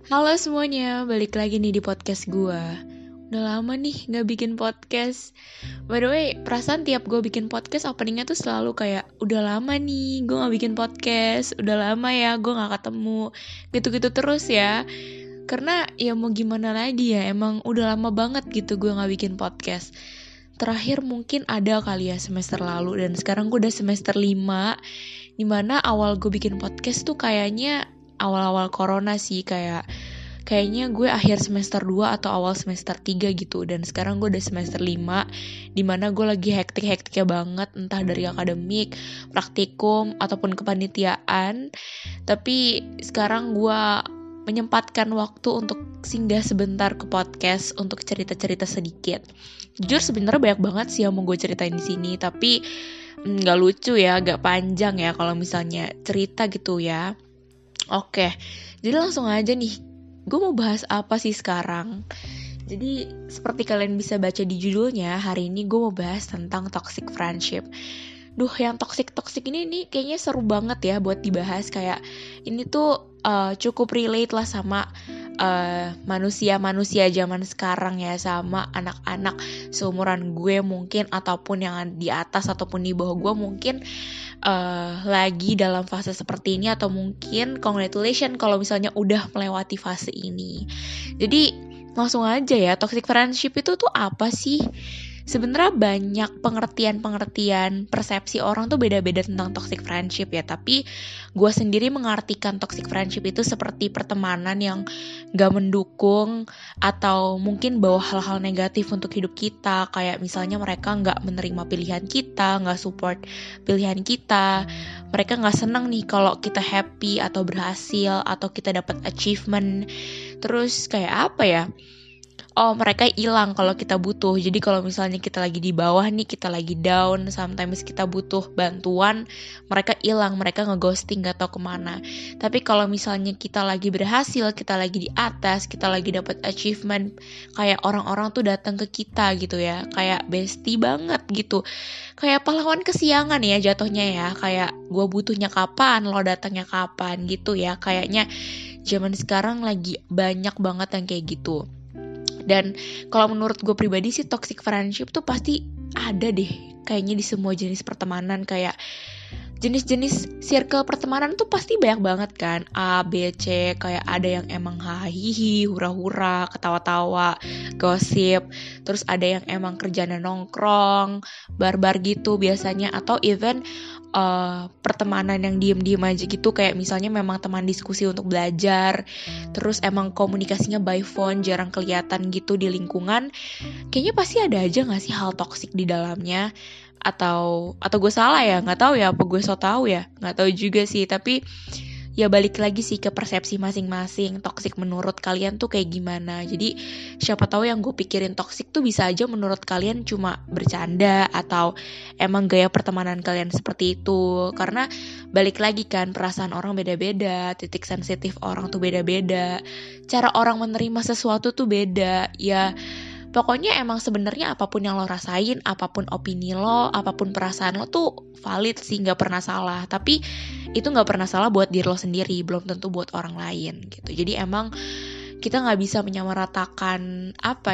Halo semuanya, balik lagi nih di podcast gue. Udah lama nih gak bikin podcast. By the way, perasaan tiap gue bikin podcast openingnya tuh selalu kayak udah lama nih gue gak bikin podcast. Udah lama ya gue gak ketemu. Gitu-gitu terus ya. Karena ya mau gimana lagi ya, emang udah lama banget gitu gue gak bikin podcast. Terakhir mungkin ada kali ya semester lalu, dan sekarang gue udah semester 5. Dimana awal gue bikin podcast tuh kayaknya awal-awal corona sih, kayaknya gue akhir semester 2 atau awal semester 3 gitu. Dan sekarang gue udah semester 5, dimana gue lagi hektik-hektiknya banget, entah dari akademik, praktikum, ataupun kepanitiaan. Tapi sekarang gue menyempatkan waktu untuk singgah sebentar ke podcast untuk cerita-cerita sedikit. Jujur sebenarnya banyak banget sih yang mau gue ceritain di sini, tapi nggak lucu ya, agak panjang ya kalau misalnya cerita gitu ya. Oke, jadi langsung aja nih. Gue mau bahas apa sih sekarang? Jadi seperti kalian bisa baca di judulnya, hari ini gue mau bahas tentang toxic friendship. Duh, yang toxic ini nih kayaknya seru banget ya buat dibahas. Kayak ini tuh cukup relate lah sama manusia-manusia zaman sekarang ya, sama anak-anak seumuran gue mungkin, ataupun yang di atas ataupun di bawah gue mungkin lagi dalam fase seperti ini, atau mungkin congratulations kalau misalnya udah melewati fase ini. Jadi langsung aja ya, toxic friendship itu tuh apa sih? Sebenarnya banyak pengertian persepsi orang tuh beda-beda tentang toxic friendship ya. Tapi gue sendiri mengartikan toxic friendship itu seperti pertemanan yang gak mendukung atau mungkin bawa hal-hal negatif untuk hidup kita. Kayak misalnya mereka gak menerima pilihan kita, gak support pilihan kita. Mereka gak seneng nih kalau kita happy atau berhasil atau kita dapat achievement. Terus kayak apa ya? Oh, mereka hilang kalau kita butuh. Jadi kalau misalnya kita lagi di bawah nih, kita lagi down, sometimes kita butuh bantuan, mereka hilang, mereka ngeghosting, gak tahu kemana. Tapi kalau misalnya kita lagi berhasil, kita lagi di atas, kita lagi dapat achievement, kayak orang-orang tuh datang ke kita gitu ya, kayak bestie banget gitu. Kayak pahlawan kesiangan ya jatuhnya ya, kayak gue butuhnya kapan, lo datangnya kapan gitu ya. Kayaknya zaman sekarang lagi banyak banget yang kayak gitu. Dan kalau menurut gue pribadi sih, toxic friendship tuh pasti ada deh kayaknya di semua jenis pertemanan. Kayak jenis-jenis circle pertemanan tuh pasti banyak banget kan, A, B, C. Kayak ada yang emang hahihi, hura-hura, ketawa-tawa, gosip. Terus ada yang emang kerjanya nongkrong, bar-bar gitu biasanya. Atau even pertemanan yang diem-diem aja gitu, kayak misalnya memang teman diskusi untuk belajar, terus emang komunikasinya by phone, jarang kelihatan gitu di lingkungan. Kayaknya pasti ada aja nggak sih hal toksik di dalamnya? Atau gue salah ya, nggak tahu ya, apa gue so tahu ya, nggak tahu juga sih. Tapi ya balik lagi sih ke persepsi masing-masing, toksik menurut kalian tuh kayak gimana. Jadi siapa tahu yang gue pikirin toksik tuh bisa aja menurut kalian cuma bercanda, atau emang gaya pertemanan kalian seperti itu. Karena balik lagi kan, perasaan orang beda-beda, titik sensitif orang tuh beda-beda, cara orang menerima sesuatu tuh beda ya. Pokoknya emang sebenarnya apapun yang lo rasain, apapun opini lo, apapun perasaan lo tuh valid sih, gak pernah salah. Tapi itu gak pernah salah buat diri lo sendiri, belum tentu buat orang lain gitu. Jadi emang kita gak bisa menyamaratakan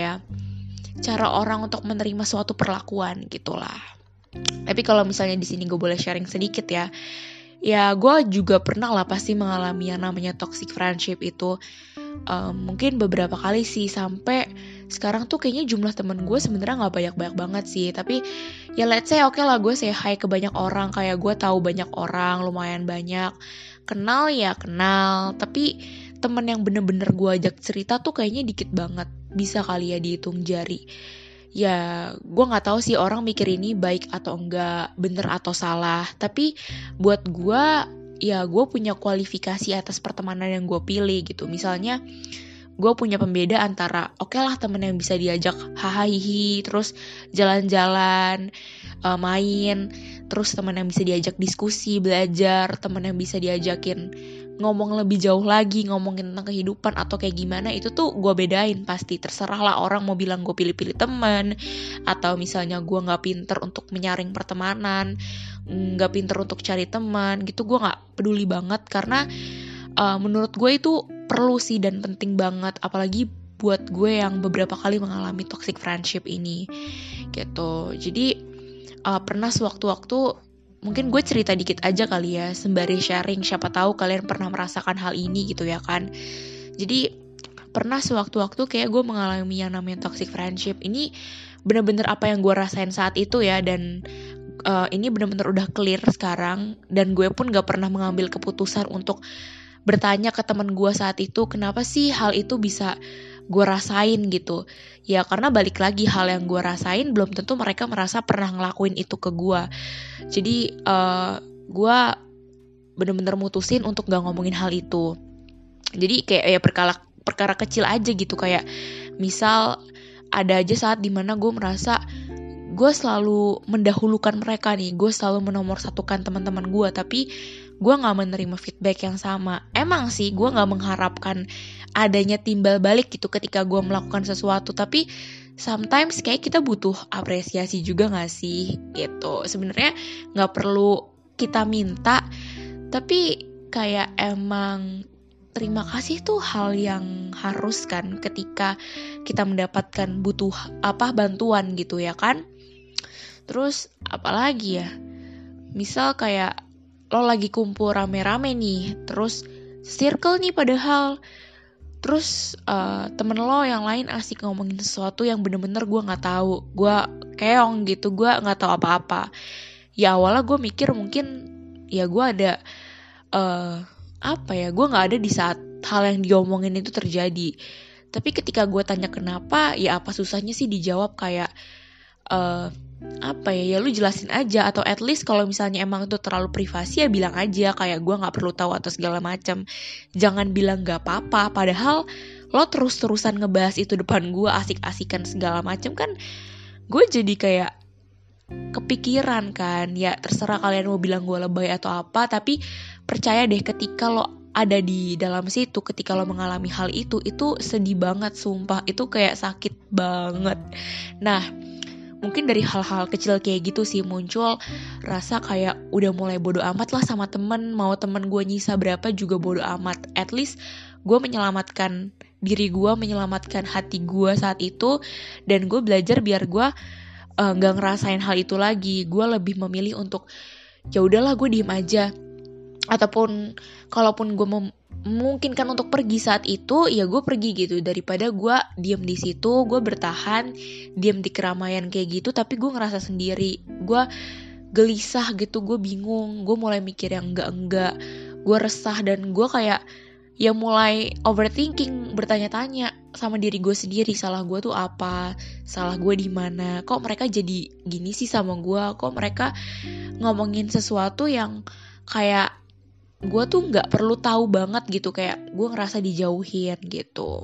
cara orang untuk menerima suatu perlakuan gitulah. Tapi kalau misalnya di sini gue boleh sharing sedikit ya, gue juga pernah lah pasti mengalami yang namanya toxic friendship itu. Mungkin beberapa kali sih, sampai sekarang tuh kayaknya jumlah temen gue sebenarnya nggak banyak-banyak banget sih. Tapi ya let's say oke lah, gue say hi ke banyak orang, kayak gue tahu banyak orang, lumayan banyak, kenal ya kenal. Tapi temen yang bener-bener gue ajak cerita tuh kayaknya dikit banget, bisa kali ya dihitung jari. Ya gue nggak tahu sih orang mikir ini baik atau enggak, bener atau salah. Tapi buat gue, ya gue punya kualifikasi atas pertemanan yang gue pilih gitu. Misalnya gue punya pembeda antara oke lah temen yang bisa diajak hahaha, terus jalan-jalan, main, terus temen yang bisa diajak diskusi, belajar, temen yang bisa diajakin ngomong lebih jauh lagi, ngomongin tentang kehidupan atau kayak gimana. Itu tuh gue bedain pasti. Terserah lah orang mau bilang gue pilih-pilih temen, atau misalnya gue gak pinter untuk menyaring pertemanan, gak pinter untuk cari teman gitu. Gue gak peduli banget, karena menurut gue itu perlu sih dan penting banget, apalagi buat gue yang beberapa kali mengalami toxic friendship ini gitu. Jadi pernah sewaktu-waktu, mungkin gue cerita dikit aja kali ya, sembari sharing, siapa tahu kalian pernah merasakan hal ini gitu ya kan. Jadi pernah sewaktu-waktu kayak gue mengalami yang namanya toxic friendship. Ini bener-bener apa yang gue rasain saat itu ya, dan ini bener-bener udah clear sekarang, dan gue pun gak pernah mengambil keputusan untuk bertanya ke teman gue saat itu, kenapa sih hal itu bisa gue rasain gitu. Ya karena balik lagi, hal yang gue rasain belum tentu mereka merasa pernah ngelakuin itu ke gue. Jadi gue bener-bener mutusin untuk gak ngomongin hal itu. Jadi kayak ya perkara kecil aja gitu, kayak misal ada aja saat dimana gue merasa gue selalu mendahulukan mereka nih, gue selalu menomorsatukan teman-teman gue, tapi gue gak menerima feedback yang sama. Emang sih gue gak mengharapkan adanya timbal balik gitu ketika gue melakukan sesuatu, tapi sometimes kayak kita butuh apresiasi juga gak sih gitu. Sebenarnya gak perlu kita minta, tapi kayak emang terima kasih tuh hal yang harus kan ketika kita mendapatkan butuh bantuan gitu ya kan. Terus apalagi ya, misal kayak lo lagi kumpul rame-rame nih, terus circle nih padahal, terus temen lo yang lain asik ngomongin sesuatu yang bener-bener gue gak tahu, gue keong gitu, gue gak tahu apa-apa. Ya awalnya gue mikir mungkin ya gue ada gue gak ada di saat hal yang diomongin itu terjadi. Tapi ketika gue tanya kenapa, ya apa susahnya sih dijawab kayak ya lu jelasin aja, atau at least kalau misalnya emang itu terlalu privasi ya bilang aja kayak gue nggak perlu tahu atau segala macam. Jangan bilang nggak apa-apa padahal lo terus-terusan ngebahas itu depan gue, asik-asikan segala macam kan, gue jadi kayak kepikiran kan. Ya terserah kalian mau bilang gue lebay atau apa, tapi percaya deh ketika lo ada di dalam situ, ketika lo mengalami hal itu sedih banget, sumpah itu kayak sakit banget. Nah mungkin dari hal-hal kecil kayak gitu sih muncul rasa kayak udah mulai bodo amat lah sama temen. Mau temen gue nyisa berapa juga bodo amat. At least gue menyelamatkan diri gue, menyelamatkan hati gue saat itu. Dan gue belajar biar gue gak ngerasain hal itu lagi. Gue lebih memilih untuk ya udahlah gue diem aja. Ataupun kalaupun gue memungkinkan untuk pergi saat itu, ya gue pergi gitu, daripada gue diem di situ, gue bertahan diem di keramaian kayak gitu tapi gue ngerasa sendiri, gue gelisah gitu, gue bingung, gue mulai mikir yang enggak, gue resah, dan gue kayak ya mulai overthinking, bertanya-tanya sama diri gue sendiri, salah gue tuh apa, salah gue di mana, kok mereka jadi gini sih sama gue, kok mereka ngomongin sesuatu yang kayak gue tuh nggak perlu tahu banget gitu, kayak gue ngerasa dijauhin gitu.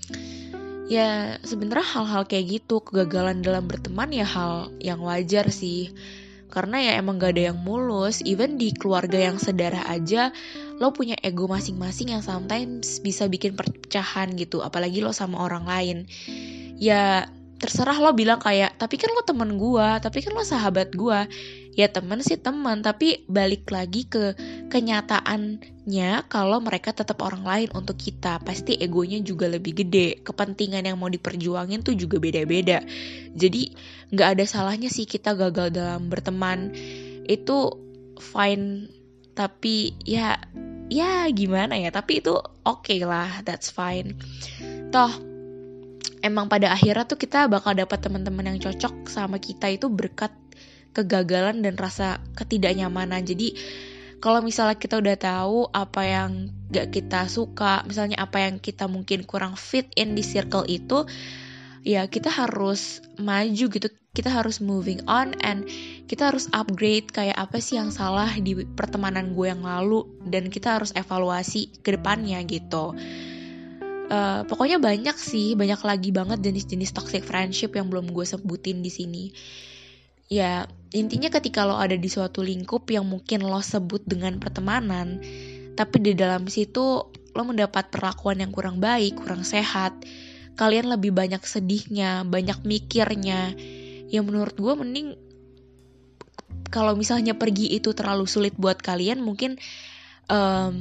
Ya sebenarnya hal-hal kayak gitu, kegagalan dalam berteman ya hal yang wajar sih, karena ya emang gak ada yang mulus. Even di keluarga yang sedara aja lo punya ego masing-masing yang sometimes bisa bikin perpecahan gitu, apalagi lo sama orang lain. Ya terserah lo bilang kayak, tapi kan lo temen gue, tapi kan lo sahabat gue. Ya teman sih teman, tapi balik lagi ke kenyataannya kalau mereka tetap orang lain untuk kita, pasti egonya juga lebih gede, kepentingan yang mau diperjuangin tuh juga beda-beda. Jadi gak ada salahnya sih kita gagal dalam berteman, itu fine. Tapi ya gimana ya, tapi itu okay lah, that's fine. Toh emang pada akhirnya tuh kita bakal dapat teman-teman yang cocok sama kita itu berkat kegagalan dan rasa ketidaknyamanan. Jadi kalau misalnya kita udah tahu apa yang gak kita suka, misalnya apa yang kita mungkin kurang fit in di circle itu, ya kita harus maju gitu, kita harus moving on, and kita harus upgrade kayak apa sih yang salah di pertemanan gue yang lalu, dan kita harus evaluasi ke depannya gitu. Pokoknya banyak lagi banget jenis-jenis toxic friendship yang belum gue sebutin di sini. Ya intinya ketika lo ada di suatu lingkup yang mungkin lo sebut dengan pertemanan, tapi di dalam situ lo mendapat perlakuan yang kurang baik, kurang sehat, kalian lebih banyak sedihnya, banyak mikirnya, ya menurut gue mending kalau misalnya pergi itu terlalu sulit buat kalian, mungkin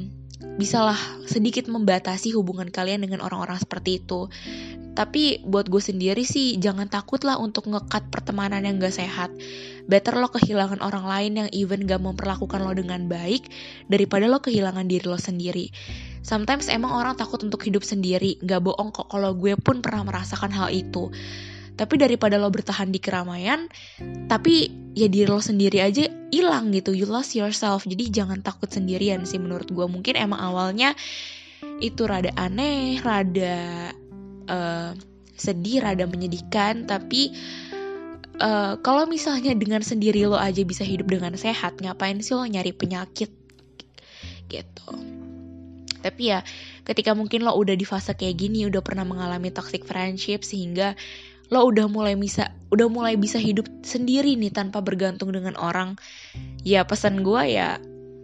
bisalah sedikit membatasi hubungan kalian dengan orang-orang seperti itu. Tapi buat gue sendiri sih jangan takut lah untuk nge-cut pertemanan yang gak sehat. Better lo kehilangan orang lain yang even gak memperlakukan lo dengan baik daripada lo kehilangan diri lo sendiri. Sometimes emang orang takut untuk hidup sendiri, gak bohong kok kalau gue pun pernah merasakan hal itu. Tapi daripada lo bertahan di keramaian, tapi ya diri lo sendiri aja hilang gitu, you lost yourself. Jadi jangan takut sendirian sih menurut gue. Mungkin emang awalnya itu rada aneh, rada sedih, rada menyedihkan, tapi kalau misalnya dengan sendiri lo aja bisa hidup dengan sehat, ngapain sih lo nyari penyakit gitu. Tapi ya ketika mungkin lo udah di fase kayak gini, udah pernah mengalami toxic friendship, sehingga lo udah mulai bisa hidup sendiri nih tanpa bergantung dengan orang, ya pesan gue ya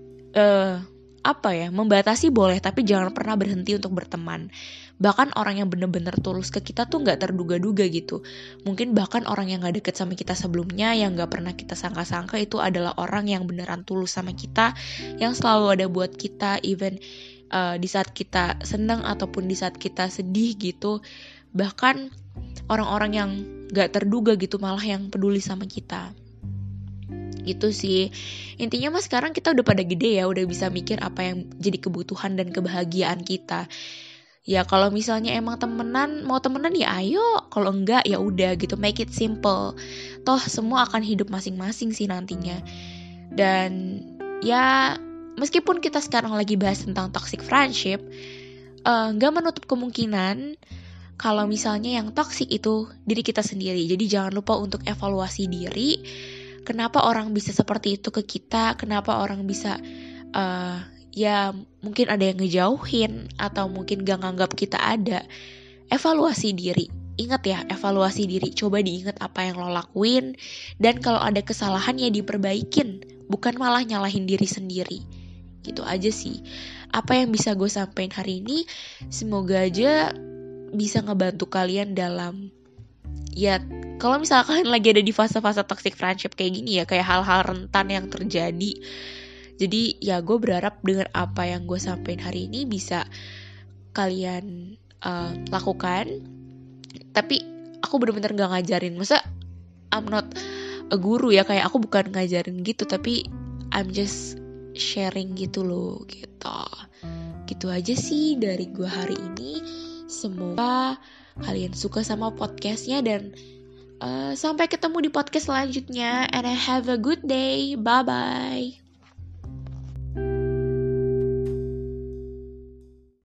membatasi boleh, tapi jangan pernah berhenti untuk berteman. Bahkan orang yang bener-bener tulus ke kita tuh gak terduga-duga gitu. Mungkin bahkan orang yang gak deket sama kita sebelumnya, yang gak pernah kita sangka-sangka, itu adalah orang yang beneran tulus sama kita, yang selalu ada buat kita, even di saat kita senang ataupun di saat kita sedih gitu. Bahkan orang-orang yang gak terduga gitu malah yang peduli sama kita. Gitu sih. Intinya sekarang kita udah pada gede ya, udah bisa mikir apa yang jadi kebutuhan dan kebahagiaan kita. Ya kalau misalnya emang mau temenan ya ayo, kalau enggak ya udah gitu, make it simple. Toh semua akan hidup masing-masing sih nantinya. Dan ya meskipun kita sekarang lagi bahas tentang toxic friendship, gak menutup kemungkinan kalau misalnya yang toxic itu diri kita sendiri. Jadi jangan lupa untuk evaluasi diri. Kenapa orang bisa seperti itu ke kita? Kenapa orang bisa ya mungkin ada yang ngejauhin atau mungkin gak nganggap kita ada. Evaluasi diri. Ingat ya, evaluasi diri. Coba diingat apa yang lo lakuin, dan kalau ada kesalahan ya diperbaikin, bukan malah nyalahin diri sendiri. Gitu aja sih apa yang bisa gue sampein hari ini. Semoga aja bisa ngebantu kalian dalam, ya kalau misalnya kalian lagi ada di fase-fase toxic friendship kayak gini ya, kayak hal-hal rentan yang terjadi. Jadi ya gue berharap dengan apa yang gue sampein hari ini bisa kalian lakukan. Tapi aku bener-bener gak ngajarin, masa I'm not a guru ya, kayak aku bukan ngajarin gitu, tapi I'm just sharing gitu loh gitu. Gitu aja sih dari gue hari ini. Semoga kalian suka sama podcastnya, dan sampai ketemu di podcast selanjutnya, and have a good day. Bye bye.